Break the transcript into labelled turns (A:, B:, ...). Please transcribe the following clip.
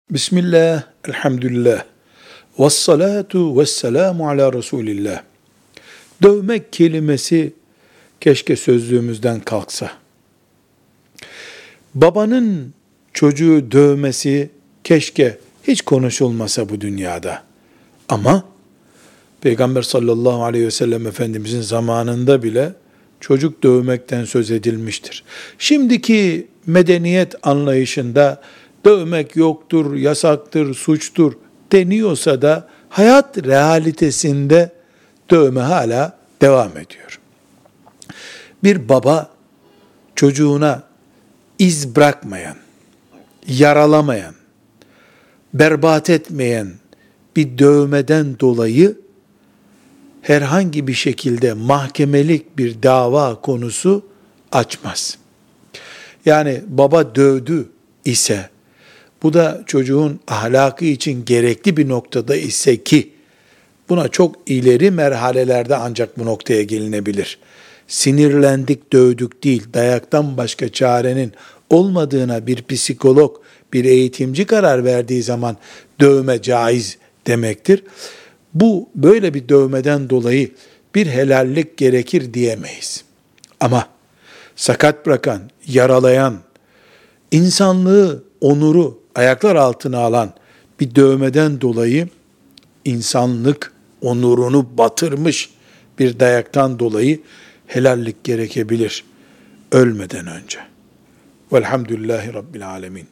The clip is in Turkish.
A: Bismillah, elhamdülillah, vessalatu vesselamu ala Resulillah. Dövmek kelimesi keşke sözlüğümüzden kalksa. Babanın çocuğu dövmesi keşke hiç konuşulmasa bu dünyada. Ama Peygamber sallallahu aleyhi ve sellem Efendimizin zamanında bile çocuk dövmekten söz edilmiştir. Şimdiki medeniyet anlayışında dövmek yoktur, yasaktır, suçtur deniyorsa da hayat realitesinde dövme hala devam ediyor. Bir baba çocuğuna iz bırakmayan, yaralamayan, berbat etmeyen bir dövmeden dolayı herhangi bir şekilde mahkemelik bir dava konusu açmaz. Yani baba dövdü ise, bu da çocuğun ahlakı için gerekli bir noktada ise ki, buna çok ileri merhalelerde ancak bu noktaya gelinebilir. Sinirlendik, dövdük değil, dayaktan başka çarenin olmadığına bir psikolog, bir eğitimci karar verdiği zaman dövme caiz demektir. Bu böyle bir dövmeden dolayı bir helallik gerekir diyemeyiz. Ama sakat bırakan, yaralayan, insanlığı, onuru ayaklar altına alan bir dövmeden dolayı insanlık onurunu batırmış bir dayaktan dolayı helallik gerekebilir ölmeden önce. Velhamdülillahi Rabbil Alemin.